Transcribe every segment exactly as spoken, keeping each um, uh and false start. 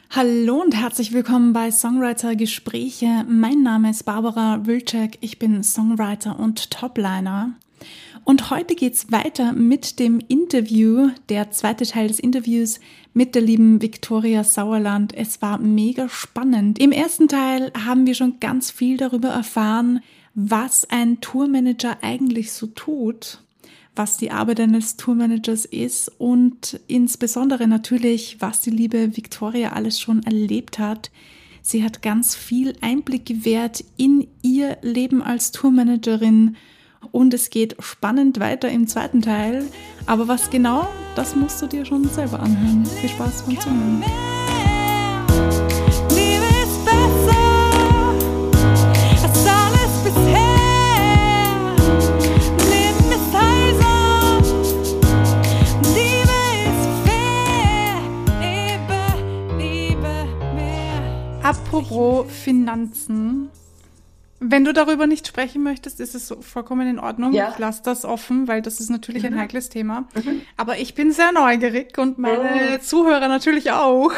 Hallo und herzlich willkommen bei Songwriter Gespräche. Mein Name ist Barbara Wilczek, ich bin Songwriter und Topliner. Und heute geht's weiter mit dem Interview, der zweite Teil des Interviews mit der lieben Viktoria Sauerland. Es war mega spannend. Im ersten Teil haben wir schon ganz viel darüber erfahren, was ein Tourmanager eigentlich so tut, was die Arbeit eines Tourmanagers ist und insbesondere natürlich, was die liebe Viktoria alles schon erlebt hat. Sie hat ganz viel Einblick gewährt in ihr Leben als Tourmanagerin und es geht spannend weiter im zweiten Teil. Aber was genau, das musst du dir schon selber anhören. Viel Spaß beim Zuhören. Liebe ist besser als alles bisher. Apropos Finanzen, wenn du darüber nicht sprechen möchtest, ist es vollkommen in Ordnung. Ja. Ich lasse das offen, weil das ist natürlich mhm. ein heikles Thema. Mhm. Aber ich bin sehr neugierig und meine oh. Zuhörer natürlich auch.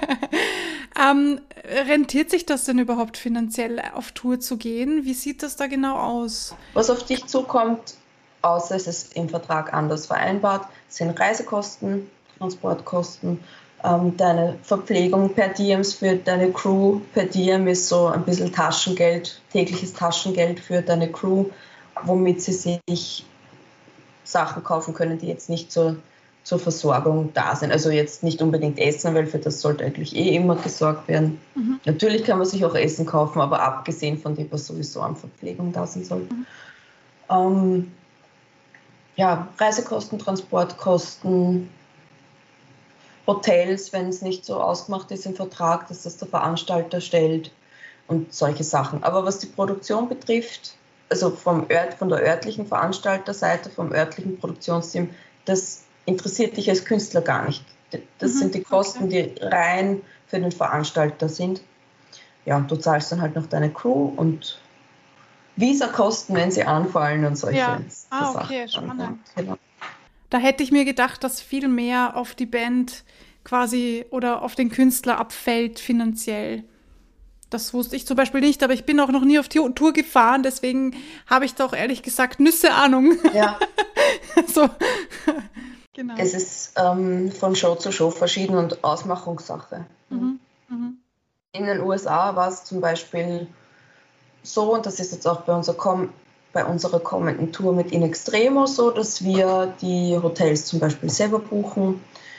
ähm, rentiert sich das denn überhaupt finanziell, auf Tour zu gehen? Wie sieht das da genau aus? Was auf dich zukommt, außer es ist im Vertrag anders vereinbart, sind Reisekosten, Transportkosten, deine Verpflegung per Diems für deine Crew. Per Diem ist so ein bisschen Taschengeld, tägliches Taschengeld für deine Crew, womit sie sich Sachen kaufen können, die jetzt nicht zur, zur Versorgung da sind. Also jetzt nicht unbedingt Essen, weil für das sollte eigentlich eh immer gesorgt werden. Mhm. Natürlich kann man sich auch Essen kaufen, aber abgesehen von dem, was sowieso an Verpflegung da sein soll. Mhm. Ähm, ja, Reisekosten, Transportkosten, Hotels, wenn es nicht so ausgemacht ist im Vertrag, dass das der Veranstalter stellt und solche Sachen. Aber was die Produktion betrifft, also vom Ört, von der örtlichen Veranstalterseite, vom örtlichen Produktionsteam, das interessiert dich als Künstler gar nicht. Das mhm, sind die Kosten, okay. die rein für den Veranstalter sind. Ja, du zahlst dann halt noch deine Crew und Visa-Kosten, wenn sie anfallen und solche ja. ah, Sachen. Okay, spannend. Genau. Da hätte ich mir gedacht, dass viel mehr auf die Band quasi oder auf den Künstler abfällt finanziell. Das wusste ich zum Beispiel nicht, aber ich bin auch noch nie auf die Tour gefahren, deswegen habe ich doch ehrlich gesagt Nüsse Ahnung. Ja. so. Genau. Es ist ähm, von Show zu Show verschieden und Ausmachungssache. Mhm. Mhm. In den U S A war es zum Beispiel so, und das ist jetzt auch bei unserer Com- bei unserer kommenden Tour mit In Extremo so, dass wir die Hotels zum Beispiel selber buchen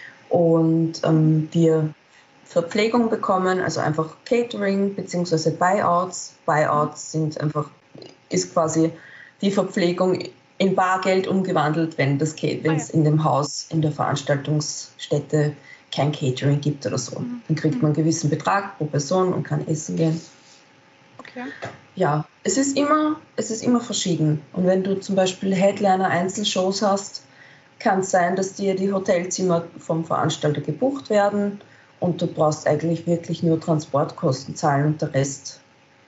und ähm, wir Verpflegung bekommen, also einfach Catering bzw. Buyouts. Buyouts sind einfach, ist quasi die Verpflegung in Bargeld umgewandelt, wenn das wenn es in dem Haus, in der Veranstaltungsstätte kein Catering gibt oder so. Mhm. Dann kriegt man einen gewissen Betrag pro Person und kann essen gehen. Okay. Ja, es ist immer, es ist immer verschieden. Und wenn du zum Beispiel Headliner-Einzelshows hast, kann es sein, dass dir die Hotelzimmer vom Veranstalter gebucht werden und du brauchst eigentlich wirklich nur Transportkosten zahlen und der Rest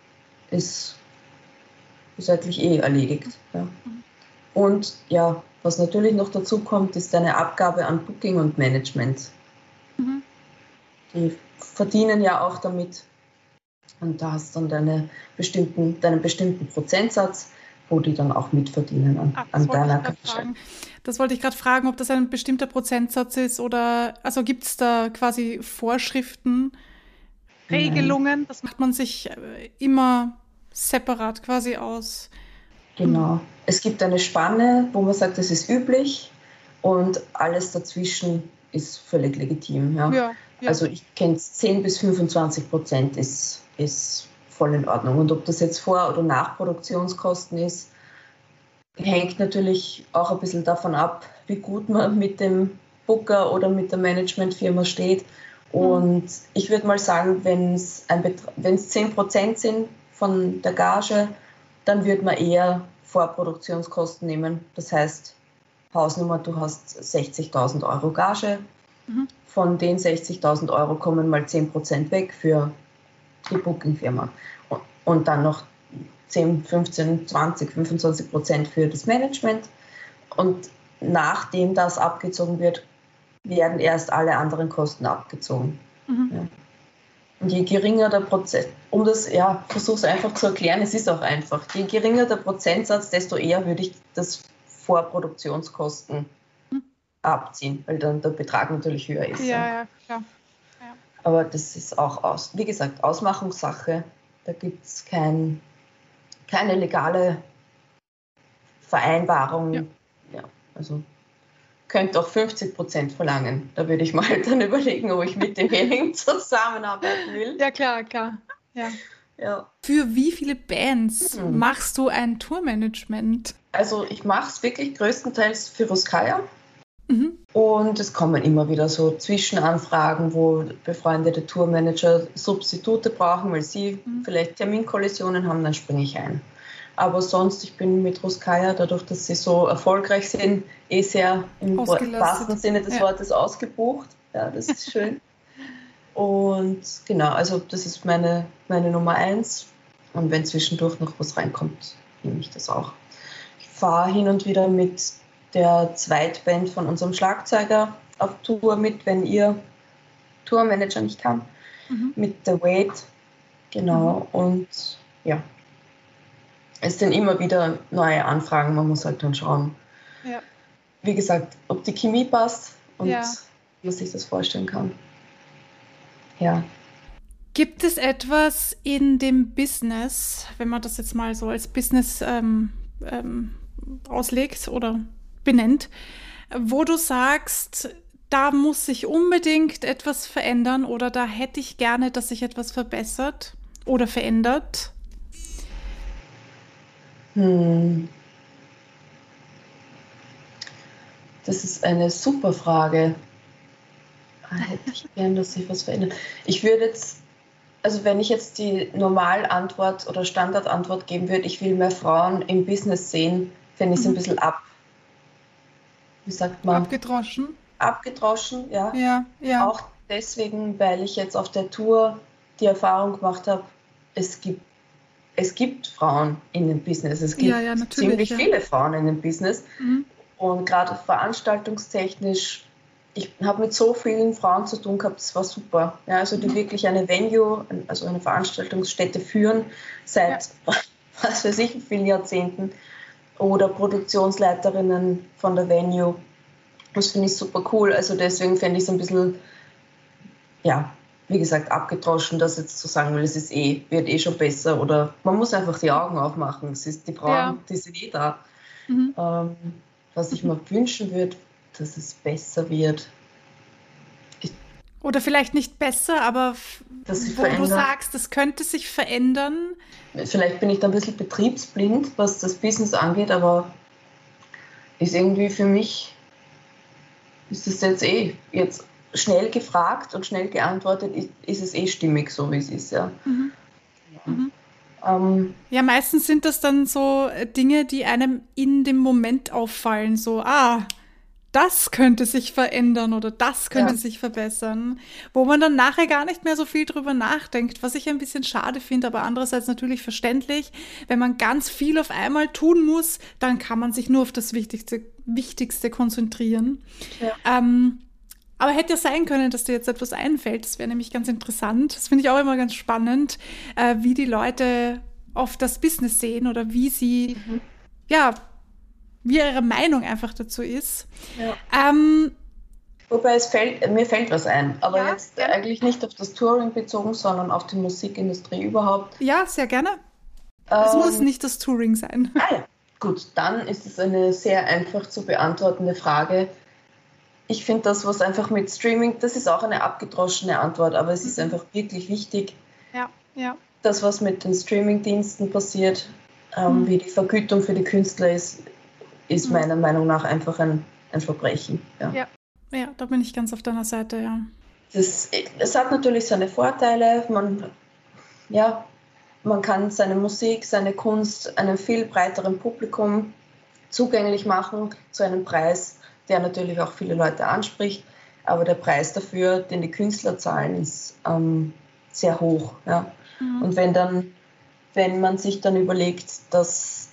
ist, ist eigentlich eh erledigt. Ja. Und ja, was natürlich noch dazu kommt, ist deine Abgabe an Booking und Management. Mhm. Die verdienen ja auch damit. Und da hast du dann deine bestimmten, deinen bestimmten Prozentsatz, wo die dann auch mitverdienen an, Ach, an deiner Gage. Das wollte ich gerade fragen, ob das ein bestimmter Prozentsatz ist oder, also gibt es da quasi Vorschriften, Regelungen? Nein. Das macht man sich immer separat quasi aus. Genau. Es gibt eine Spanne, wo man sagt, das ist üblich und alles dazwischen ist völlig legitim. Ja. Ja, ja. Also ich kenne es, zehn bis fünfundzwanzig Prozent ist ist voll in Ordnung. Und ob das jetzt Vor- oder Nachproduktionskosten ist, hängt natürlich auch ein bisschen davon ab, wie gut man mit dem Booker oder mit der Managementfirma steht. Und mhm. ich würde mal sagen, wenn es zehn Prozent sind von der Gage, dann würde man eher Vorproduktionskosten nehmen. Das heißt, Hausnummer, du hast sechzigtausend Euro Gage. Mhm. Von den sechzigtausend Euro kommen mal zehn Prozent weg für die Bookingfirma und dann noch zehn, fünfzehn, zwanzig, fünfundzwanzig Prozent für das Management und nachdem das abgezogen wird, werden erst alle anderen Kosten abgezogen. Mhm. Ja. Und je geringer der Prozess, um das, ja, versuche es einfach zu erklären, es ist auch einfach, je geringer der Prozentsatz, desto eher würde ich das vor Produktionskosten hm. abziehen, weil dann der Betrag natürlich höher ist. Ja, ja, klar. Ja. Aber das ist auch, aus, wie gesagt, Ausmachungssache. Da gibt es kein, keine legale Vereinbarung. Ja. Ja, also könnte auch fünfzig Prozent verlangen. Da würde ich mal dann überlegen, ob ich mit demjenigen zusammenarbeiten will. Ja, klar, klar. Ja. Ja. Für wie viele Bands hm. machst du ein Tourmanagement? Also ich mache es wirklich größtenteils für Ruskaya. Mhm. Und es kommen immer wieder so Zwischenanfragen, wo befreundete Tourmanager Substitute brauchen, weil sie mhm. vielleicht Terminkollisionen haben, dann springe ich ein. Aber sonst, ich bin mit Ruskaya, dadurch, dass sie so erfolgreich sind, eh sehr im wahrsten Sinne des ja. Wortes ausgebucht. Ja, das ist schön. Und genau, also das ist meine, meine Nummer eins. Und wenn zwischendurch noch was reinkommt, nehme ich das auch. Ich fahre hin und wieder mit der Zweitband von unserem Schlagzeuger auf Tour mit, wenn ihr Tourmanager nicht kann, mhm. mit The Wait. Genau, mhm. und ja. Es sind immer wieder neue Anfragen, man muss halt dann schauen. Ja. Wie gesagt, ob die Chemie passt und ja. wie man sich das vorstellen kann. Ja. Gibt es etwas in dem Business, wenn man das jetzt mal so als Business ähm, ähm, auslegt oder benennt, wo du sagst, da muss sich unbedingt etwas verändern oder da hätte ich gerne, dass sich etwas verbessert oder verändert? Hm. Das ist eine super Frage. Hätte ich gern, dass sich was verändert. Ich würde jetzt, also wenn ich jetzt die Normalantwort oder Standardantwort geben würde, ich will mehr Frauen im Business sehen, fände ich es mhm. ein bisschen ab. Wie sagt man? Abgedroschen. Abgedroschen, ja. Ja, ja. Auch deswegen, weil ich jetzt auf der Tour die Erfahrung gemacht habe, es gibt Es gibt Frauen in dem Business, es gibt ja, ja, ziemlich ja. viele Frauen in dem Business mhm. und gerade veranstaltungstechnisch, ich habe mit so vielen Frauen zu tun gehabt, das war super. Ja, also die mhm. wirklich eine Venue, also eine Veranstaltungsstätte führen seit, ja. was weiß ich, vielen Jahrzehnten oder Produktionsleiterinnen von der Venue. Das finde ich super cool, also deswegen fände ich es ein bisschen, ja, wie gesagt, abgedroschen, das jetzt zu sagen, weil es ist eh, wird eh schon besser oder man muss einfach die Augen aufmachen. Es ist, die Frauen, ja. die sind eh da. Mhm. Ähm, was ich mir wünschen würde, dass es besser wird. Ich, oder vielleicht nicht besser, aber wo verändern. Du sagst, das könnte sich verändern. Vielleicht bin ich da ein bisschen betriebsblind, was das Business angeht, aber ist irgendwie für mich, ist das jetzt eh jetzt schnell gefragt und schnell geantwortet, ist, ist es eh stimmig, so wie es ist, ja. Mhm. Ja. Mhm. Ähm, ja, meistens sind das dann so Dinge, die einem in dem Moment auffallen, so, ah, das könnte sich verändern oder das könnte ja. sich verbessern, wo man dann nachher gar nicht mehr so viel drüber nachdenkt, was ich ein bisschen schade finde, aber andererseits natürlich verständlich, wenn man ganz viel auf einmal tun muss, dann kann man sich nur auf das Wichtigste, Wichtigste konzentrieren. Ja. Ähm, Aber hätte ja sein können, dass dir jetzt etwas einfällt. Das wäre nämlich ganz interessant. Das finde ich auch immer ganz spannend, äh, wie die Leute oft das Business sehen oder wie sie, mhm. ja, wie ihre Meinung einfach dazu ist. Ja. Ähm, Wobei es fällt, mir fällt was ein, aber ja, jetzt gerne. eigentlich nicht auf das Touring bezogen, sondern auf die Musikindustrie überhaupt. Ja, sehr gerne. Ähm, es muss nicht das Touring sein. Ah ja, gut, dann ist es eine sehr einfach zu beantwortende Frage. Ich finde das, was einfach mit Streaming, das ist auch eine abgedroschene Antwort, aber es ist einfach wirklich wichtig. Ja, ja. Das, was mit den Streaming-Diensten passiert, ähm, mhm. wie die Vergütung für die Künstler ist, ist mhm. meiner Meinung nach einfach ein, ein Verbrechen. Ja. Ja. ja, da bin ich ganz auf deiner Seite, ja. Das, es hat natürlich seine Vorteile. Man, ja, man kann seine Musik, seine Kunst einem viel breiteren Publikum zugänglich machen zu einem Preis, der natürlich auch viele Leute anspricht, aber der Preis dafür, den die Künstler zahlen, ist ähm, sehr hoch. Ja. Mhm. Und wenn dann, wenn man sich dann überlegt, dass,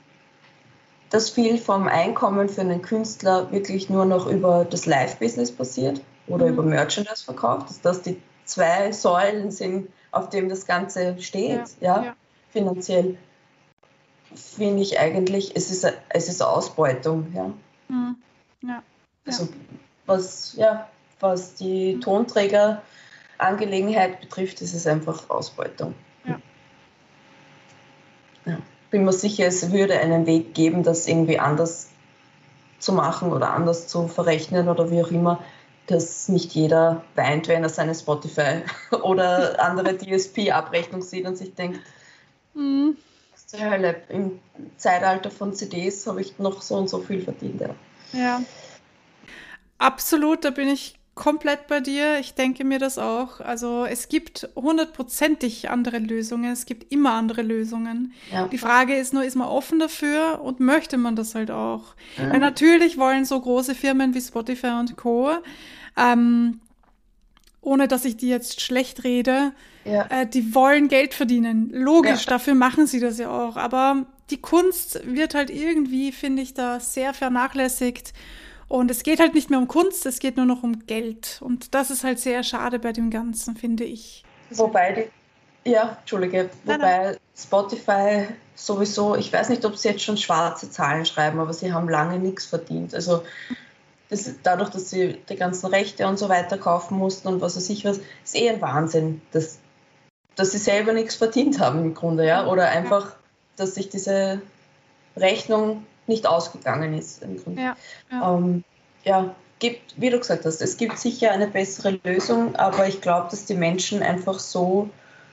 dass viel vom Einkommen für einen Künstler wirklich nur noch über das Live-Business passiert oder mhm. über Merchandise-Verkauf, dass das die zwei Säulen sind, auf dem das Ganze steht, ja, ja, ja. finanziell, finde ich eigentlich, es ist, es ist Ausbeutung. Ja. Mhm. Ja. Also was, ja, was die Tonträgerangelegenheit betrifft, ist es einfach Ausbeutung. Ja. Ja. Bin mir sicher, es würde einen Weg geben, das irgendwie anders zu machen oder anders zu verrechnen oder wie auch immer, dass nicht jeder weint, wenn er seine Spotify oder andere D S P-Abrechnung sieht und sich denkt, mhm. zur Hölle, im Zeitalter von C Ds habe ich noch so und so viel verdient. Ja. Ja. Absolut, da bin ich komplett bei dir. Ich denke mir das auch. Also es gibt hundertprozentig andere Lösungen. Es gibt immer andere Lösungen. Ja. Die Frage ist nur, ist man offen dafür und möchte man das halt auch? Mhm. Weil natürlich wollen so große Firmen wie Spotify und Co., ähm, ohne dass ich die jetzt schlecht rede, ja. äh, die wollen Geld verdienen. Logisch, ja. Dafür machen sie das ja auch. Aber die Kunst wird halt irgendwie, finde ich, da sehr vernachlässigt. Und es geht halt nicht mehr um Kunst, es geht nur noch um Geld. Und das ist halt sehr schade bei dem Ganzen, finde ich. Wobei, die, ja, Entschuldige, wobei nein, nein. Spotify sowieso, ich weiß nicht, ob sie jetzt schon schwarze Zahlen schreiben, aber sie haben lange nichts verdient. Also das, dadurch, dass sie die ganzen Rechte und so weiter kaufen mussten und was weiß ich was, ist eh ein Wahnsinn, dass, dass sie selber nichts verdient haben im Grunde, ja. Oder einfach, dass sich diese Rechnung nicht ausgegangen ist. Im Grunde. Ja, ja. Ähm, ja, gibt, wie du gesagt hast, es gibt sicher eine bessere Lösung, aber ich glaube, dass die Menschen einfach so,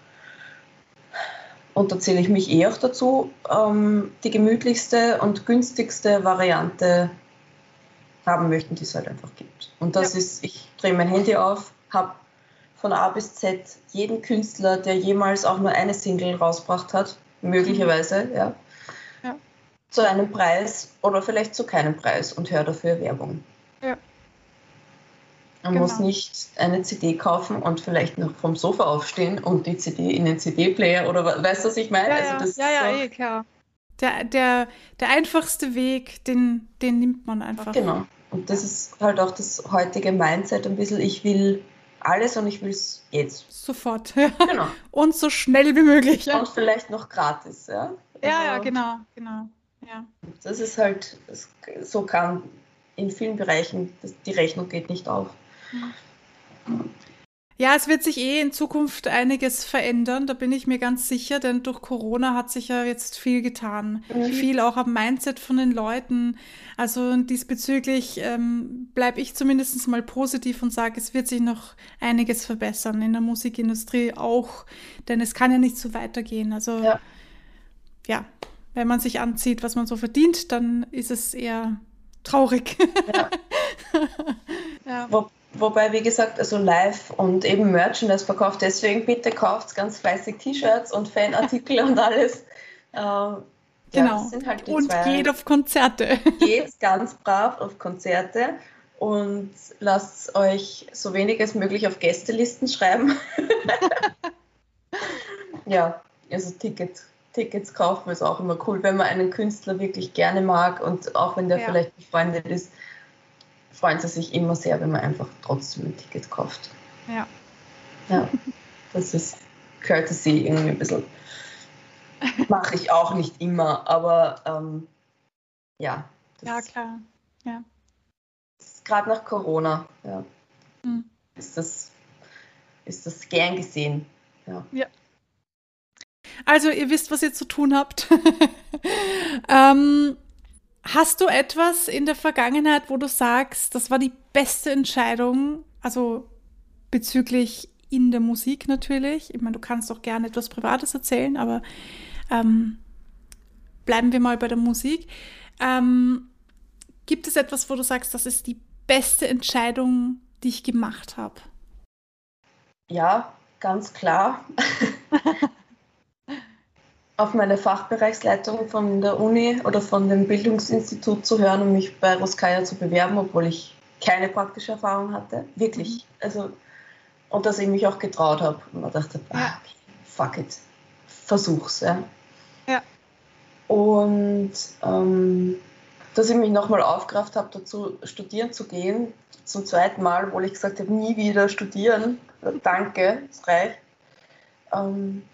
und da zähle ich mich eh auch dazu, ähm, die gemütlichste und günstigste Variante haben möchten, die es halt einfach gibt. Und das ja. ist, ich drehe mein Handy auf, habe von A bis Z jeden Künstler, der jemals auch nur eine Single rausgebracht hat, möglicherweise, mhm. ja, zu einem Preis oder vielleicht zu keinem Preis und höre dafür Werbung. Ja. Man genau. muss nicht eine C D kaufen und vielleicht noch vom Sofa aufstehen und die C D in den C D-Player oder weißt du, was ich meine? Ja, also das ja, ja, so eh, klar. Der, der, der einfachste Weg, den, den nimmt man einfach. Genau. Und das ist halt auch das heutige Mindset ein bisschen, ich will alles und ich will es jetzt. Sofort. Ja. Genau. Und so schnell wie möglich. Ja. Und vielleicht noch gratis. Ja, ja, also, ja genau, genau. Ja. Das ist halt, das, so kann in vielen Bereichen, das, die Rechnung geht nicht auf. Ja, es wird sich eh in Zukunft einiges verändern, da bin ich mir ganz sicher, denn durch Corona hat sich ja jetzt viel getan. Mhm. Viel auch am Mindset von den Leuten. Also diesbezüglich ähm, bleibe ich zumindest mal positiv und sage, es wird sich noch einiges verbessern in der Musikindustrie auch, denn es kann ja nicht so weitergehen. Also ja. ja. Wenn man sich anzieht, was man so verdient, dann ist es eher traurig. Ja. ja. Wo, wobei, wie gesagt, also live und eben Merchandise verkauft, deswegen bitte kauft ganz fleißig T-Shirts und Fanartikel und alles. Äh, genau. Ja, das sind halt die und zwei. geht auf Konzerte. Geht ganz brav auf Konzerte und lasst euch so wenig als möglich auf Gästelisten schreiben. Ja, also Ticket. Tickets kaufen ist auch immer cool, wenn man einen Künstler wirklich gerne mag und auch wenn der ja. vielleicht befreundet ist, freuen sie sich immer sehr, wenn man einfach trotzdem ein Ticket kauft. Ja. Ja, das ist Courtesy irgendwie ein bisschen. Mache ich auch nicht immer, aber ähm, ja. Ja, klar. Ja. Gerade nach Corona ja, hm. ist, das, ist das gern gesehen. Ja. Ja. Also, ihr wisst, was ihr zu tun habt. ähm, hast du etwas in der Vergangenheit, wo du sagst, das war die beste Entscheidung, also bezüglich in der Musik natürlich? Ich meine, du kannst auch gerne etwas Privates erzählen, aber ähm, bleiben wir mal bei der Musik. Ähm, gibt es etwas, wo du sagst, das ist die beste Entscheidung, die ich gemacht habe? Ja, ganz klar. Auf meine Fachbereichsleitung von der Uni oder von dem Bildungsinstitut zu hören und mich bei Roskaya zu bewerben, obwohl ich keine praktische Erfahrung hatte. Wirklich. Mhm. Also, und dass ich mich auch getraut habe. Und man dachte, ja. ah, okay, fuck it. Versuch's. Ja. Ja. Und ähm, dass ich mich nochmal aufgerafft habe, dazu studieren zu gehen, zum zweiten Mal, obwohl ich gesagt habe, nie wieder studieren. Danke, es reicht. Ähm,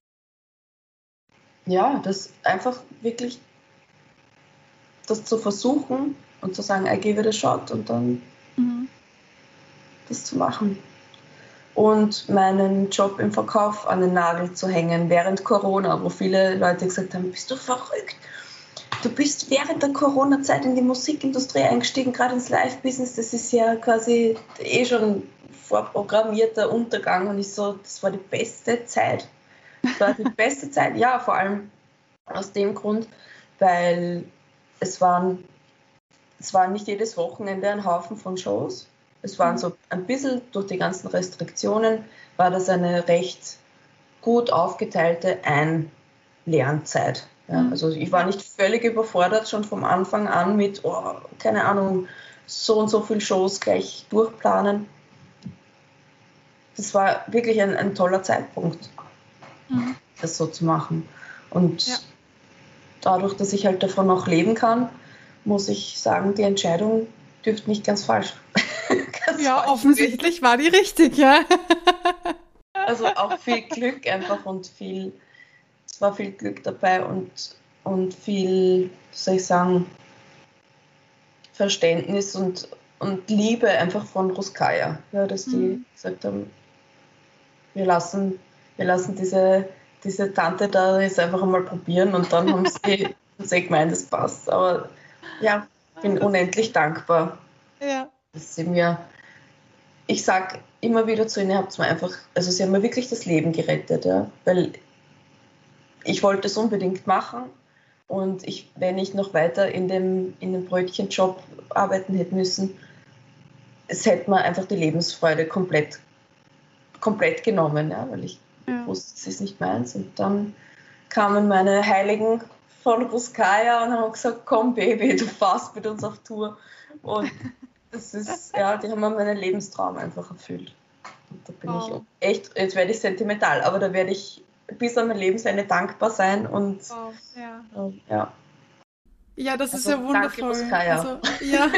ja, das einfach wirklich, das zu versuchen und zu sagen, I give it a shot und dann mhm. das zu machen. Und meinen Job im Verkauf an den Nagel zu hängen während Corona, wo viele Leute gesagt haben, bist du verrückt? Du bist während der Corona-Zeit in die Musikindustrie eingestiegen, gerade ins Live-Business, das ist ja quasi eh schon vorprogrammierter Untergang und ich so, das war die beste Zeit. Das war die beste Zeit, ja, vor allem aus dem Grund, weil es waren, es war nicht jedes Wochenende ein Haufen von Shows. Es waren so ein bisschen, durch die ganzen Restriktionen, war das eine recht gut aufgeteilte Einlernzeit. Ja, also ich war nicht völlig überfordert, schon vom Anfang an mit, oh, keine Ahnung, so und so viele Shows gleich durchplanen. Das war wirklich ein, ein toller Zeitpunkt, mhm. das so zu machen. Und ja. dadurch, dass ich halt davon auch leben kann, muss ich sagen, die Entscheidung dürfte nicht ganz falsch ganz Ja, falsch offensichtlich sein. War die richtig, ja. Also auch viel Glück einfach und viel, es war viel Glück dabei und, und viel, wie soll ich sagen, Verständnis und, und Liebe einfach von Ruskaya, ja, dass die mhm. gesagt haben, wir lassen, wir lassen diese, diese Tante da jetzt einfach einmal probieren und dann haben sie, sie gemeint, das passt. Aber ja, bin unendlich dankbar. Ja. Dass sie mir, ich sage immer wieder zu ihnen, habt mir einfach, also sie haben mir wirklich das Leben gerettet, ja, weil ich wollte es unbedingt machen und ich, wenn ich noch weiter in dem, in dem Brötchenjob arbeiten hätte müssen, es hätte mir einfach die Lebensfreude komplett, komplett genommen, ja, weil ich ja. wusste, es ist nicht meins. Und dann kamen meine Heiligen von Ruskaya und haben gesagt, komm Baby, du fährst mit uns auf Tour. Und das ist, ja, die haben mir meinen Lebenstraum einfach erfüllt. Und da bin wow. ich echt, jetzt werde ich sentimental, aber da werde ich bis an mein Lebensende dankbar sein und wow. ja. Ähm, ja. Ja, das also, ist ja wundervoll. Danke, also, ja.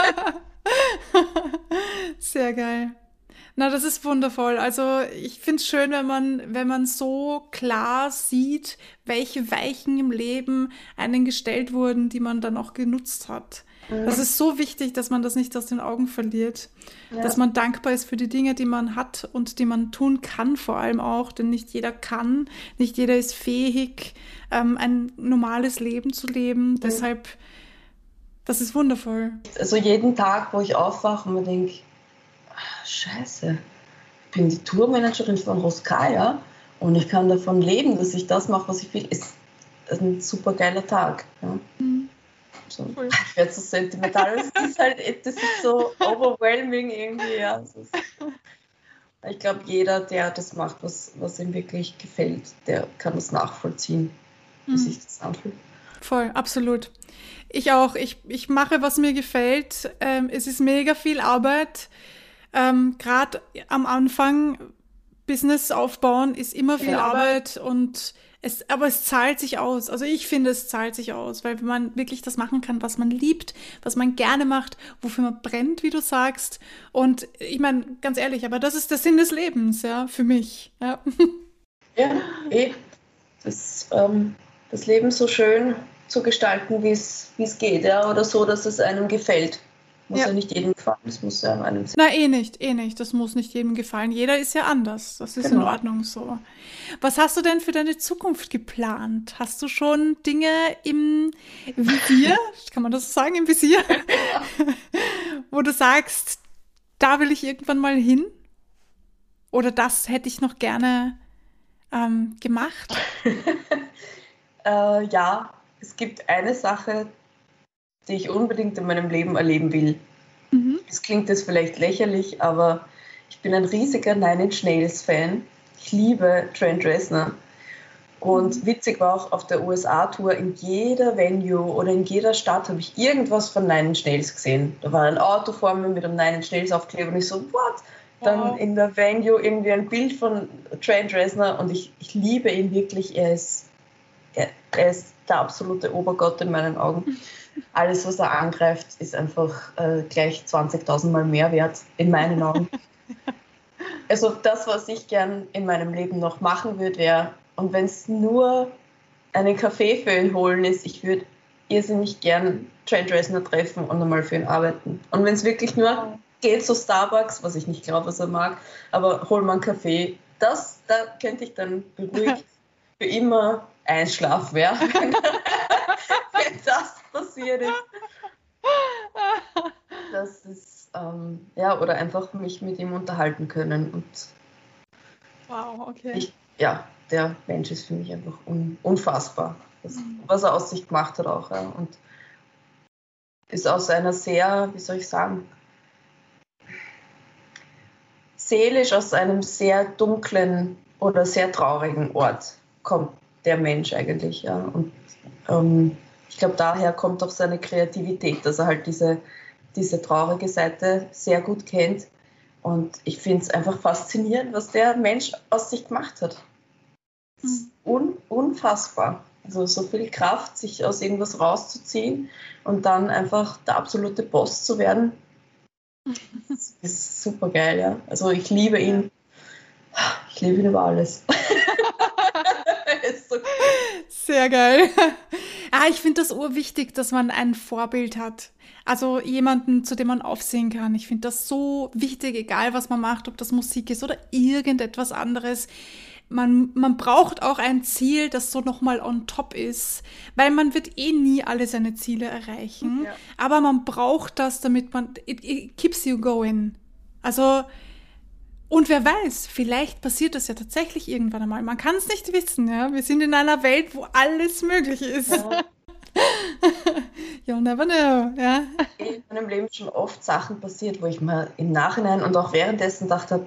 Sehr geil. Na, das ist wundervoll. Also ich finde es schön, wenn man, wenn man so klar sieht, welche Weichen im Leben einen gestellt wurden, die man dann auch genutzt hat. Mhm. Das ist so wichtig, dass man das nicht aus den Augen verliert. Ja. Dass man dankbar ist für die Dinge, die man hat und die man tun kann vor allem auch. Denn nicht jeder kann, nicht jeder ist fähig, ähm, ein normales Leben zu leben. Mhm. Deshalb, das ist wundervoll. Also jeden Tag, wo ich aufwache und mir denke, Scheiße, ich bin die Tourmanagerin von Ruskaya und ich kann davon leben, dass ich das mache, was ich will. Ist ein super geiler Tag. Ja. Mhm. So, cool. Ich werde so sentimental. Das ist halt, das ist so overwhelming irgendwie. Ja. Ist, ich glaube, jeder, der das macht, was, was ihm wirklich gefällt, der kann das nachvollziehen, wie mhm. sich das anfühlt. Voll, absolut. Ich auch. Ich, ich mache, was mir gefällt. Ähm, es ist mega viel Arbeit. Ähm, Gerade am Anfang Business aufbauen ist immer viel ja, Arbeit und es, aber es zahlt sich aus. Also ich finde, es zahlt sich aus, weil wenn man wirklich das machen kann, was man liebt, was man gerne macht, wofür man brennt, wie du sagst. Und ich meine, ganz ehrlich, aber das ist der Sinn des Lebens, ja, für mich. Ja, ja eh. Das, ähm, das Leben so schön zu gestalten, wie es geht, ja, oder so, dass es einem gefällt. Muss ja. ja nicht jedem gefallen, das muss ja einem sein. Na, eh nicht, eh nicht. Das muss nicht jedem gefallen. Jeder ist ja anders. Das ist genau. in Ordnung so. Was hast du denn für deine Zukunft geplant? Hast du schon Dinge im Visier, kann man das so sagen, im Visier, wo du sagst, da will ich irgendwann mal hin? Oder das hätte ich noch gerne ähm, gemacht? äh, ja, es gibt eine Sache, die ich unbedingt in meinem Leben erleben will. Mhm. Das klingt jetzt vielleicht lächerlich, aber ich bin ein riesiger Nine Inch Nails Fan. Ich liebe Trent Reznor. Und mhm. witzig war auch auf der U S A-Tour, in jeder Venue oder in jeder Stadt habe ich irgendwas von Nine Inch Nails gesehen. Da war ein Auto vor mir mit einem Nine Inch Nails Aufkleber und ich so, what? Dann wow. in der Venue irgendwie ein Bild von Trent Reznor und ich, ich liebe ihn wirklich. Er ist, er, er ist der absolute Obergott in meinen Augen. Alles, was er angreift, ist einfach äh, gleich zwanzigtausend Mal mehr wert in meinen Augen. Also das, was ich gern in meinem Leben noch machen würde, wäre, und wenn es nur einen Kaffee für ihn holen ist, ich würde irrsinnig gern Trent Reznor treffen und einmal für ihn arbeiten. Und wenn es wirklich nur geht, so Starbucks, was ich nicht glaube, was er mag, aber hol mal einen Kaffee, das, da könnte ich dann beruhigt für immer einschlafen, ja, wenn, wenn das passiert ist. Das ist, ähm, ja, oder einfach mich mit ihm unterhalten können. Und wow, okay. Ich, ja, der Mensch ist für mich einfach un, unfassbar, das, was er aus sich gemacht hat auch. Ja. Und ist aus einer sehr, wie soll ich sagen, seelisch aus einem sehr dunklen oder sehr traurigen Ort kommt der Mensch eigentlich. Ja. Und ähm, ich glaube, daher kommt auch seine Kreativität, dass er halt diese, diese traurige Seite sehr gut kennt. Und ich finde es einfach faszinierend, was der Mensch aus sich gemacht hat. Das ist un, unfassbar. Also so viel Kraft, sich aus irgendwas rauszuziehen und dann einfach der absolute Boss zu werden. Das ist super geil, ja. Also ich liebe ihn. Ich liebe ihn über alles. Ist so cool. Sehr geil. Ah, ich finde das urwichtig, dass man ein Vorbild hat. Also jemanden, zu dem man aufsehen kann. Ich finde das so wichtig, egal was man macht, ob das Musik ist oder irgendetwas anderes. Man, man braucht auch ein Ziel, das so nochmal on top ist, weil man wird eh nie alle seine Ziele erreichen, ja. Aber man braucht das, damit man, it, it keeps you going. Also, und wer weiß, vielleicht passiert das ja tatsächlich irgendwann einmal. Man kann es nicht wissen, ja. Wir sind in einer Welt, wo alles möglich ist. Ja. You'll never know, ja. In meinem Leben schon oft Sachen passiert, wo ich mir im Nachhinein und auch währenddessen dachte,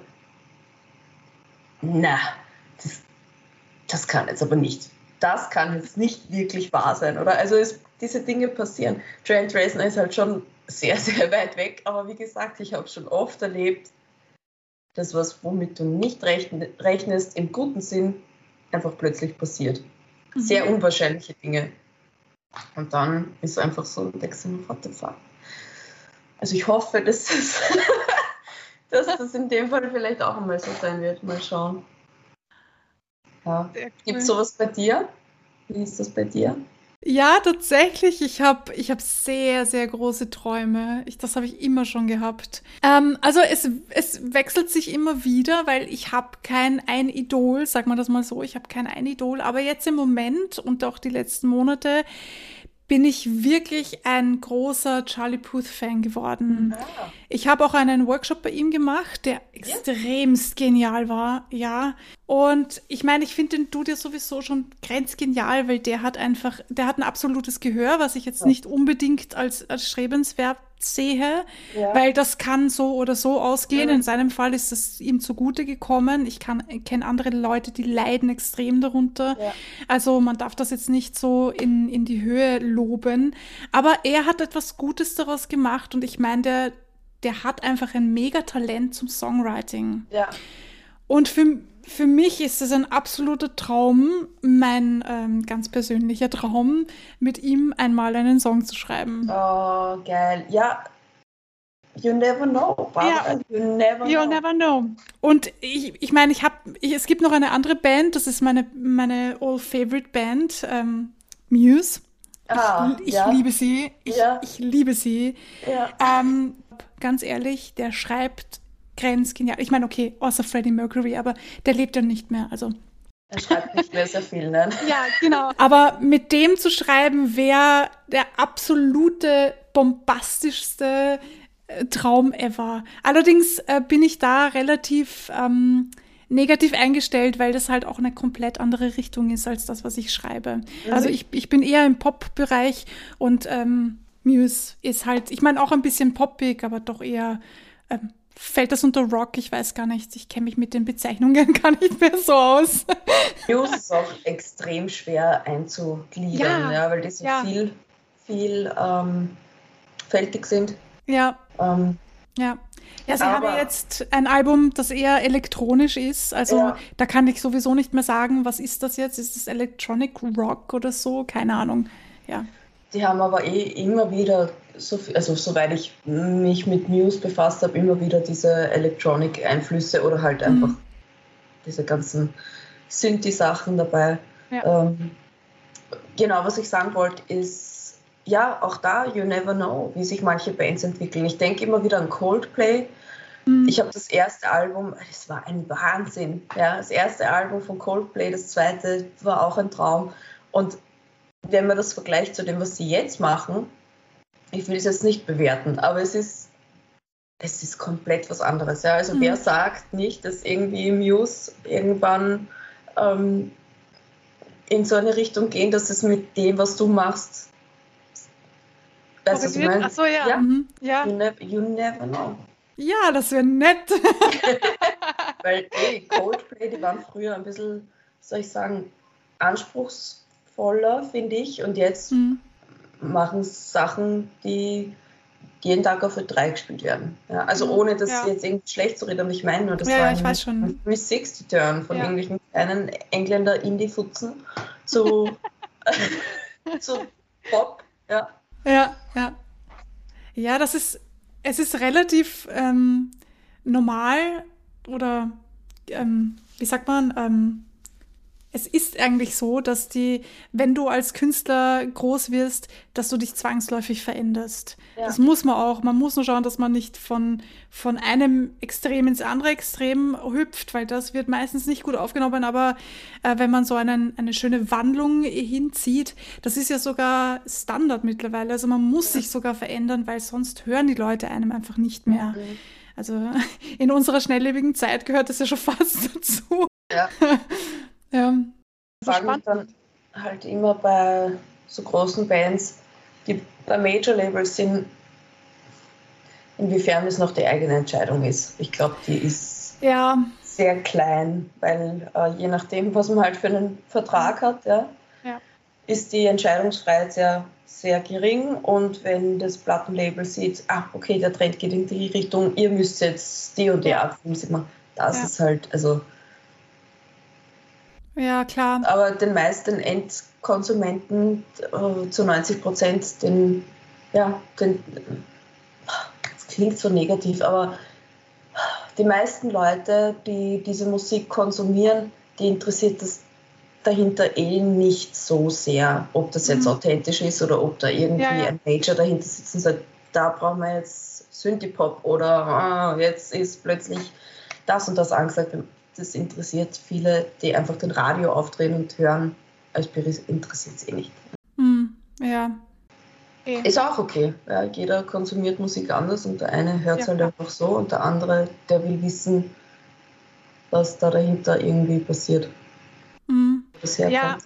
na, Das, das kann jetzt aber nicht, das kann jetzt nicht wirklich wahr sein, oder? Also es, diese Dinge passieren. Trent Reznor ist halt schon sehr, sehr weit weg, aber wie gesagt, ich habe schon oft erlebt, dass was, womit du nicht rechnest, im guten Sinn, einfach plötzlich passiert. Mhm. Sehr unwahrscheinliche Dinge. Und dann ist es einfach so, denkst du, what the fuck? Also ich hoffe, dass das, dass das in dem Fall vielleicht auch einmal so sein wird. Mal schauen. Ja. Cool. Gibt es sowas bei dir? Wie ist das bei dir? Ja, tatsächlich. Ich habe ich hab sehr, sehr große Träume. Ich, das habe ich immer schon gehabt. Ähm, also es, es wechselt sich immer wieder, weil ich habe kein ein Idol, sag mal das mal so, ich habe kein ein Idol. Aber jetzt im Moment und auch die letzten Monate bin ich wirklich ein großer Charlie Puth-Fan geworden. Ah. Ich habe auch einen Workshop bei ihm gemacht, der extremst genial war, ja. Und ich meine, ich finde den Dude ja sowieso schon grenzgenial, weil der hat einfach, der hat ein absolutes Gehör, was ich jetzt nicht unbedingt als, als strebenswert sehe, ja. Weil das kann so oder so ausgehen. Ja. In seinem Fall ist es ihm zugute gekommen. Ich kenne andere Leute, die leiden extrem darunter. Ja. Also man darf das jetzt nicht so in, in die Höhe loben. Aber er hat etwas Gutes daraus gemacht und ich meine, der, der hat einfach ein Mega-Talent zum Songwriting. Ja. Und für Für mich ist es ein absoluter Traum, mein ähm, ganz persönlicher Traum, mit ihm einmal einen Song zu schreiben. Oh, geil. Ja, you never know, Barbara. Ja. You never You'll know. never know. Und ich ich meine, ich habe, es gibt noch eine andere Band, das ist meine, meine All-Favorite-Band, ähm, Muse. Ah, ich ich ja. liebe sie. Ich, ja. ich liebe sie. Ja. Ähm, ganz ehrlich, der schreibt grenzgenial. Ich meine, okay, außer Freddie Mercury, aber der lebt ja nicht mehr, also. Er schreibt nicht mehr so viel, ne? Ja, genau. Aber mit dem zu schreiben, wäre der absolute, bombastischste äh, Traum ever. Allerdings äh, bin ich da relativ ähm, negativ eingestellt, weil das halt auch eine komplett andere Richtung ist, als das, was ich schreibe. Mhm. Also ich, ich bin eher im Pop-Bereich und ähm, Muse ist halt, ich meine auch ein bisschen poppig, aber doch eher ähm, fällt das unter Rock? Ich weiß gar nicht. Ich kenne mich mit den Bezeichnungen gar nicht mehr so aus. Muse ist auch extrem schwer einzugliedern, ja, ja, weil die so ja. viel, viel ähm, fältig sind. Ja. Ähm, Ja. Ja, sie haben ja jetzt ein Album, das eher elektronisch ist. Also ja. Da kann ich sowieso nicht mehr sagen, was ist das jetzt? Ist das Electronic Rock oder so? Keine Ahnung. Ja. Die haben aber eh immer wieder, so viel, also soweit ich mich mit Muse befasst habe, immer wieder diese Electronic-Einflüsse oder halt einfach mhm. diese ganzen Synthi-Sachen dabei. Ja. Ähm, genau, was ich sagen wollte, ist, ja, auch da, you never know, wie sich manche Bands entwickeln. Ich denke immer wieder an Coldplay. Mhm. Ich habe das erste Album, das war ein Wahnsinn. Ja, das erste Album von Coldplay, das zweite war auch ein Traum. Und wenn man das vergleicht zu dem, was sie jetzt machen, ich will es jetzt nicht bewerten, aber es ist, es ist komplett was anderes. Ja? Also mhm. wer sagt nicht, dass irgendwie Muse irgendwann ähm, in so eine Richtung gehen, dass es mit dem, was du machst, weißt du, was ich meine? Ach so, ja. ja? Mhm. ja. You, never, you never know. Ja, das wäre nett. Weil ey, Coldplay, die waren früher ein bisschen, soll ich sagen, anspruchsvoller, finde ich, und jetzt mhm. machen Sachen, die jeden Tag auf Ö drei gespielt werden. Ja, also mhm. ohne das ja. jetzt irgendwie schlecht zu reden, aber ich meine nur, das ja, war ein, ein dreihundertsechzig-Turn von ja. irgendwelchen kleinen Engländer Indie-Futzen zu, zu Pop. Ja. ja, ja. Ja, das ist, es ist relativ ähm, normal oder ähm, wie sagt man, ähm, es ist eigentlich so, dass die, wenn du als Künstler groß wirst, dass du dich zwangsläufig veränderst. Ja. Das muss man auch. Man muss nur schauen, dass man nicht von, von einem Extrem ins andere Extrem hüpft, weil das wird meistens nicht gut aufgenommen. Aber äh, wenn man so einen, eine schöne Wandlung hinzieht, das ist ja sogar Standard mittlerweile. Also man muss ja. sich sogar verändern, weil sonst hören die Leute einem einfach nicht mehr. Mhm. Also in unserer schnelllebigen Zeit gehört das ja schon fast dazu. Ja. Ja. Spannend dann halt immer bei so großen Bands, die bei Major-Labels sind, inwiefern es noch die eigene Entscheidung ist. Ich glaube, die ist ja. sehr klein, weil äh, je nachdem, was man halt für einen Vertrag hat, ja, ja. ist die Entscheidungsfreiheit sehr, sehr gering. Und wenn das Plattenlabel sieht, ah, okay, der Trend geht in die Richtung, ihr müsst jetzt die und die Art von Musik machen, das ja. ist halt, also ja, klar. Aber den meisten Endkonsumenten, äh, zu neunzig Prozent, den, ja, den, das klingt so negativ, aber die meisten Leute, die diese Musik konsumieren, die interessiert das dahinter eh nicht so sehr, ob das jetzt mhm. authentisch ist oder ob da irgendwie ja, ja. ein Major dahinter sitzt und sagt, da brauchen wir jetzt Synthie-Pop oder ah, jetzt ist plötzlich das und das angesagt. Das interessiert viele, die einfach den Radio aufdrehen und hören, als interessiert es eh nicht. Mm, ja. Okay. Ist auch okay. Ja, jeder konsumiert Musik anders und der eine hört es ja. halt einfach so und der andere, der will wissen, was da dahinter irgendwie passiert. Mm. Ja.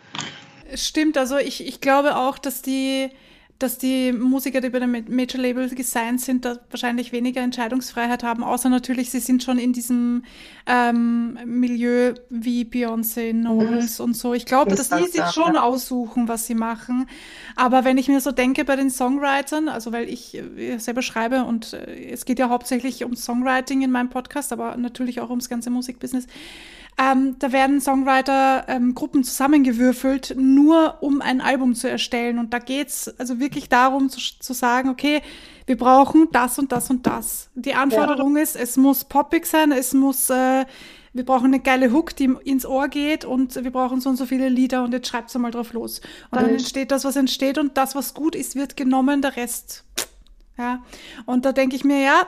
Stimmt, also ich, ich glaube auch, dass die dass die Musiker, die bei dem Major-Label gesigned sind, da wahrscheinlich weniger Entscheidungsfreiheit haben, außer natürlich, sie sind schon in diesem ähm, Milieu wie Beyoncé, Knowles mhm. und so. Ich glaube, dass die sich schon aussuchen, was sie machen. Aber wenn ich mir so denke bei den Songwritern, also weil ich äh, selber schreibe und äh, es geht ja hauptsächlich um Songwriting in meinem Podcast, aber natürlich auch ums ganze Musikbusiness, Ähm, da werden Songwriter-Gruppen ähm, zusammengewürfelt, nur um ein Album zu erstellen. Und da geht's also wirklich darum, zu, zu sagen, okay, wir brauchen das und das und das. Die Anforderung ja. ist, es muss poppig sein, es muss, äh, wir brauchen eine geile Hook, die ins Ohr geht und wir brauchen so und so viele Lieder und jetzt schreibt's mal drauf los. Und dann entsteht das, was entsteht und das, was gut ist, wird genommen, der Rest. Ja. Und da denke ich mir, ja,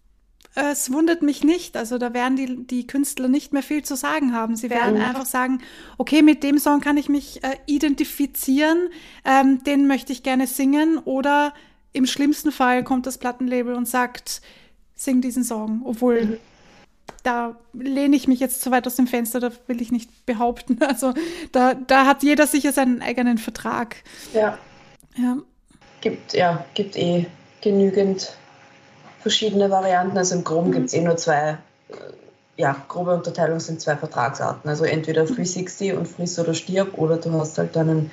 es wundert mich nicht, also da werden die, die Künstler nicht mehr viel zu sagen haben. Sie werden ja. einfach sagen, okay, mit dem Song kann ich mich äh, identifizieren, ähm, den möchte ich gerne singen, oder im schlimmsten Fall kommt das Plattenlabel und sagt, sing diesen Song, obwohl mhm. da lehne ich mich jetzt zu weit aus dem Fenster, da will ich nicht behaupten. Also da, da hat jeder sicher seinen eigenen Vertrag. Ja. Ja. Gibt, ja, gibt eh genügend verschiedene Varianten. Also im Groben mhm. gibt es eh nur zwei, ja, grobe Unterteilung sind zwei Vertragsarten. Also entweder dreihundertsechzig und friss oder stirb, oder du hast halt deinen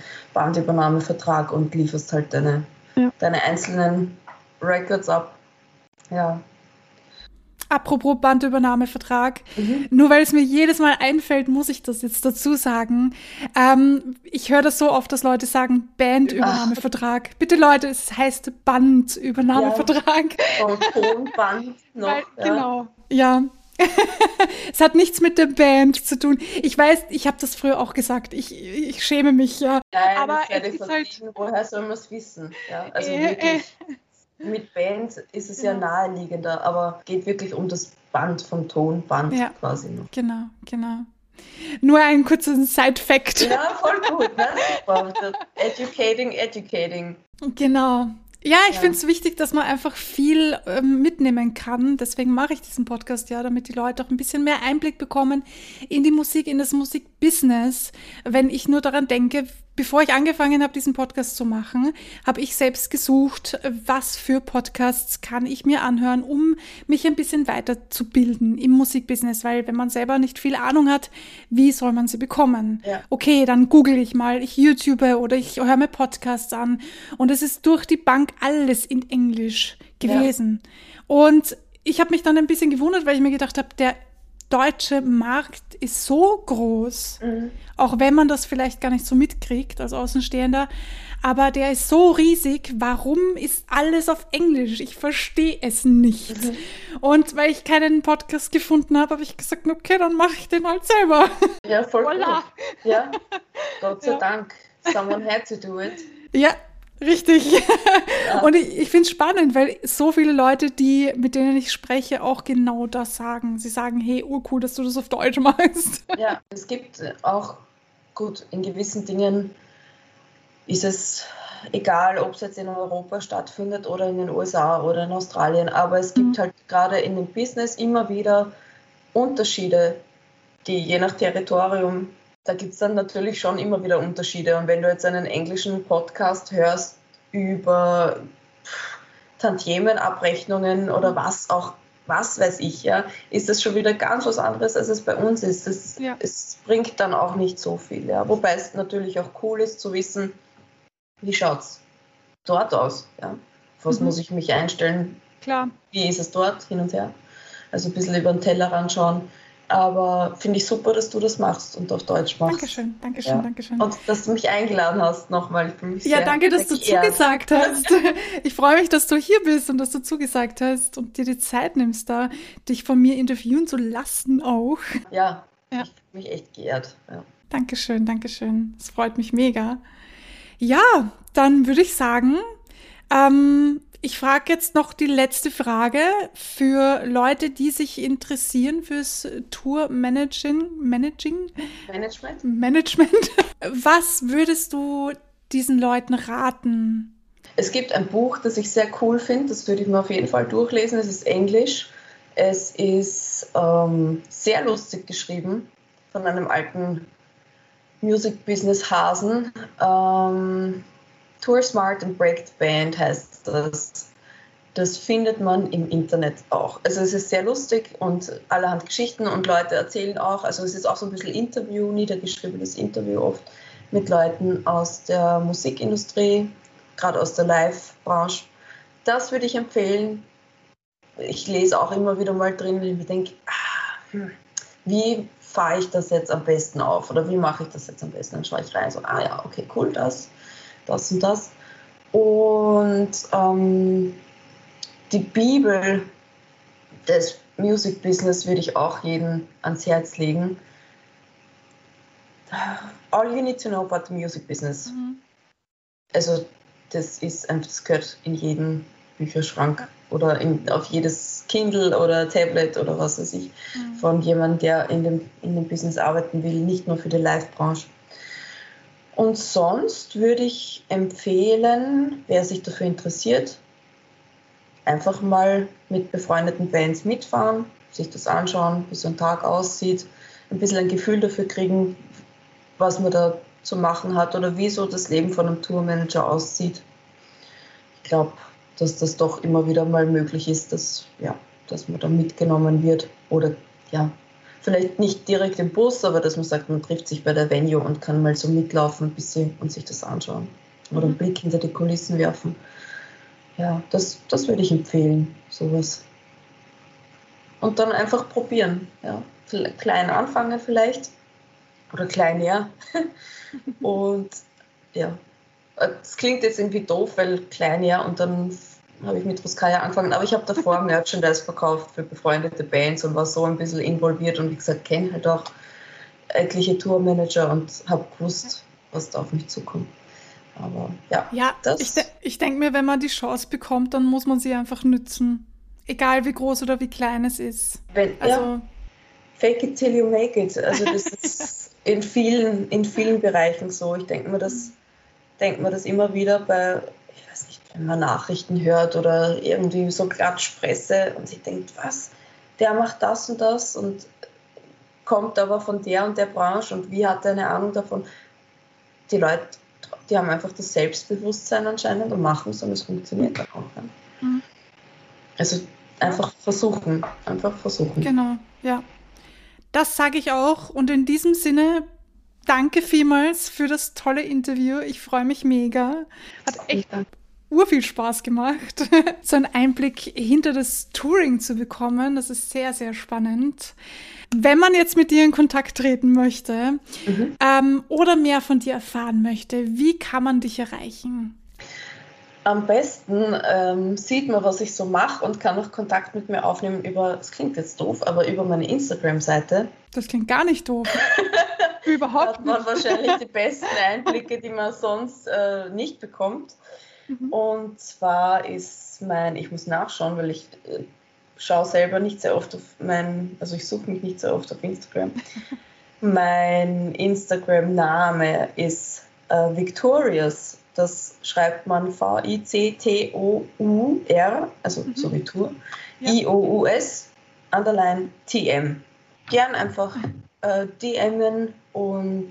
Bandübernahmevertrag und lieferst halt deine, ja. deine einzelnen Records ab. Ja, Apropos Bandübernahmevertrag, Mhm. nur weil es mir jedes Mal einfällt, muss ich das jetzt dazu sagen. Ähm, ich höre das so oft, dass Leute sagen Bandübernahmevertrag. Bitte Leute, es heißt Bandübernahmevertrag. Vom Tonband noch. Weil, ja. Genau, ja. Es hat nichts mit der Band zu tun. Ich weiß, ich habe das früher auch gesagt. Ich, ich schäme mich, ja. Nein, Aber das werde es ich ist halt, verstehen. Woher soll man es wissen? Ja, also äh, äh, wirklich, mit Band ist es ja Genau. naheliegender, aber geht wirklich um das Band vom Tonband Ja. quasi noch. genau, genau. Nur einen kurzen Side-Fact. Ja, voll gut, ne? Super. Educating, educating. Genau. Ja, ich Ja. finde es wichtig, dass man einfach viel ähm, mitnehmen kann. Deswegen mache ich diesen Podcast ja, damit die Leute auch ein bisschen mehr Einblick bekommen in die Musik, in das Musikbusiness. Wenn ich nur daran denke, bevor ich angefangen habe, diesen Podcast zu machen, habe ich selbst gesucht, was für Podcasts kann ich mir anhören, um mich ein bisschen weiterzubilden im Musikbusiness. Weil wenn man selber nicht viel Ahnung hat, wie soll man sie bekommen? Ja. Okay, dann google ich mal, ich YouTube oder ich höre mir Podcasts an. Und es ist durch die Bank alles in Englisch gewesen. Und ich habe mich dann ein bisschen gewundert, weil ich mir gedacht habe, der deutsche Markt ist so groß, Mhm. auch wenn man das vielleicht gar nicht so mitkriegt als Außenstehender, aber der ist so riesig, warum ist alles auf Englisch? Ich verstehe es nicht. Mhm. Und weil ich keinen Podcast gefunden habe, habe ich gesagt, okay, dann mache ich den halt selber. Ja, voll Voila. gut. Ja, Gott sei Ja. Dank. Someone had to do it. Ja, richtig. Ja. Und ich, ich finde es spannend, weil so viele Leute, die, mit denen ich spreche, auch genau das sagen. Sie sagen, hey, urcool, dass du das auf Deutsch machst. Ja, es gibt auch, gut, in gewissen Dingen ist es egal, ob es jetzt in Europa stattfindet oder in den U S A oder in Australien, aber es gibt Mhm. halt gerade in dem Business immer wieder Unterschiede, die je nach Territorium, da gibt es dann natürlich schon immer wieder Unterschiede. Und wenn du jetzt einen englischen Podcast hörst über Tantiemenabrechnungen oder was auch, was weiß ich, ja, ist das schon wieder ganz was anderes, als es bei uns ist. Das, Ja. Es bringt dann auch nicht so viel. Ja. Wobei es natürlich auch cool ist zu wissen, wie schaut es dort aus. Ja. Auf was Mhm. muss ich mich einstellen, Klar. wie ist es dort, hin und her. Also ein bisschen über den Tellerrand schauen. Aber finde ich super, dass du das machst und auf Deutsch machst. Dankeschön, Dankeschön, Ja. Dankeschön. Und dass du mich eingeladen hast nochmal. Ich fühle mich Ja, sehr, danke, dass du sehr geehrt. zugesagt hast. Ich freue mich, dass du hier bist und dass du zugesagt hast und dir die Zeit nimmst, da dich von mir interviewen zu lassen auch. Ja, Ja. ich fühle mich echt geehrt. Ja. Dankeschön, Dankeschön. Das freut mich mega. Ja, dann würde ich sagen, ähm, ich frage jetzt noch die letzte Frage für Leute, die sich interessieren fürs Tour-Managing, Managing, Management? Management. Was würdest du diesen Leuten raten? Es gibt ein Buch, das ich sehr cool finde, das würde ich mir auf jeden Fall durchlesen. Es ist Englisch. Es ist ähm, sehr lustig geschrieben von einem alten Music-Business-Hasen. Ähm, Tour Smart and Break the Band heißt das. Das findet man im Internet auch. Also es ist sehr lustig und allerhand Geschichten und Leute erzählen auch, also es ist auch so ein bisschen Interview, niedergeschriebenes Interview oft mit Leuten aus der Musikindustrie, gerade aus der Live-Branche. Das würde ich empfehlen. Ich lese auch immer wieder mal drin, wenn ich mir denke, ah, hm, wie fahre ich das jetzt am besten auf oder wie mache ich das jetzt am besten? Dann schaue ich rein, so, ah ja, okay, cool, das, das und das. Und ähm, die Bibel des Music Business würde ich auch jedem ans Herz legen. All you need to know about the music business. Mhm. Also das ist einfach, das gehört in jeden Bücherschrank oder in, auf jedes Kindle oder Tablet oder was weiß ich, Mhm. von jemandem, der in dem, in dem Business arbeiten will, nicht nur für die Live-Branche. Und sonst würde ich empfehlen, wer sich dafür interessiert, einfach mal mit befreundeten Bands mitfahren, sich das anschauen, wie so ein Tag aussieht, ein bisschen ein Gefühl dafür kriegen, was man da zu machen hat oder wie so das Leben von einem Tourmanager aussieht. Ich glaube, dass das doch immer wieder mal möglich ist, dass, ja, dass man da mitgenommen wird oder ja, vielleicht nicht direkt im Bus, aber dass man sagt, man trifft sich bei der Venue und kann mal so mitlaufen ein bisschen und sich das anschauen oder einen Blick hinter die Kulissen werfen. Ja, das, das würde ich empfehlen, sowas. und dann einfach probieren. Ja. Klein anfangen vielleicht oder klein, ja. Und ja, es klingt jetzt irgendwie doof, weil klein, ja, und dann habe ich mit Ruskaya angefangen, aber ich habe davor Merchandise verkauft für befreundete Bands und war so ein bisschen involviert und wie gesagt, kenne halt auch etliche Tourmanager und habe gewusst, was da auf mich zukommt. Aber ja, ja das ich, de- ich denke mir, wenn man die Chance bekommt, dann muss man sie einfach nützen. Egal wie groß oder wie klein es ist. Wenn, also, ja, fake it till you make it. Also das ist in vielen, in vielen Bereichen so. Ich denke mir das, denk mir das immer wieder bei, ich weiß nicht, wenn man Nachrichten hört oder irgendwie so Klatschpresse und sich denkt, was, der macht das und das und kommt aber von der und der Branche und wie hat er eine Ahnung davon? Die Leute, die haben einfach das Selbstbewusstsein anscheinend und machen es und es funktioniert dann auch. Ja. Mhm. Also einfach versuchen, einfach versuchen. Genau, ja. Das sage ich auch und in diesem Sinne danke vielmals für das tolle Interview. Ich freue mich mega. Hat echt urviel Spaß gemacht, so einen Einblick hinter das Touring zu bekommen. Das ist sehr, sehr spannend. Wenn man jetzt mit dir in Kontakt treten möchte mhm. ähm, oder mehr von dir erfahren möchte, wie kann man dich erreichen? Am besten ähm, sieht man, was ich so mache und kann auch Kontakt mit mir aufnehmen über, das klingt jetzt doof, aber über meine Instagram-Seite. Das klingt gar nicht doof. Überhaupt nicht. Da hat man wahrscheinlich die besten Einblicke, die man sonst äh, nicht bekommt. Mhm. Und zwar ist mein, ich muss nachschauen, weil ich äh, schaue selber nicht sehr oft auf mein, also ich suche mich nicht sehr oft auf Instagram. Mein Instagram-Name ist äh, Victorious. Das schreibt man V I C T O U R, also mhm. so wie Tour, ja. I O U S, Underline T M. Gern einfach äh, D M'en und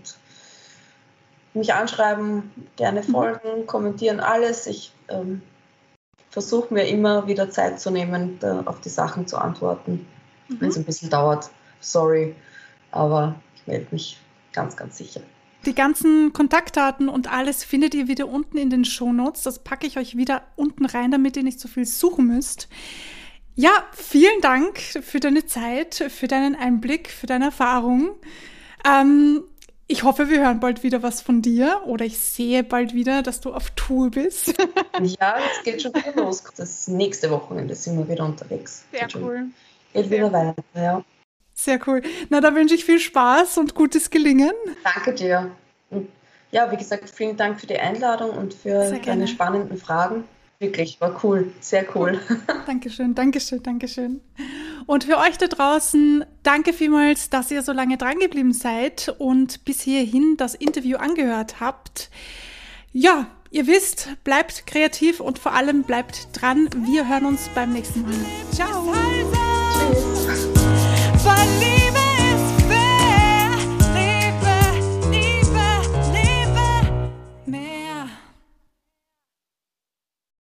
mich anschreiben, gerne folgen, mhm. kommentieren, alles. Ich ähm, versuche mir immer wieder Zeit zu nehmen, da auf die Sachen zu antworten. Mhm. Wenn es ein bisschen dauert, sorry, aber ich melde mich ganz, ganz sicher. Die ganzen Kontaktdaten und alles findet ihr wieder unten in den Shownotes. Das packe ich euch wieder unten rein, damit ihr nicht so viel suchen müsst. Ja, vielen Dank für deine Zeit, für deinen Einblick, für deine Erfahrung. Ähm, ich hoffe, wir hören bald wieder was von dir oder ich sehe bald wieder, dass du auf Tour bist. Ja, es geht schon wieder los. Das nächste Wochenende sind wir wieder unterwegs. Sehr geht cool. Schon, geht Sehr wieder weiter, ja. Sehr cool. Na, da wünsche ich viel Spaß und gutes Gelingen. Danke dir. Und ja, wie gesagt, vielen Dank für die Einladung und für deine spannenden Fragen. Wirklich, war cool, sehr cool. Dankeschön, Dankeschön, Dankeschön. Und für euch da draußen, danke vielmals, dass ihr so lange dran geblieben seid und bis hierhin das Interview angehört habt. Ja, ihr wisst, bleibt kreativ und vor allem bleibt dran. Wir hören uns beim nächsten Mal. Ciao. Tschüss. Verlieren.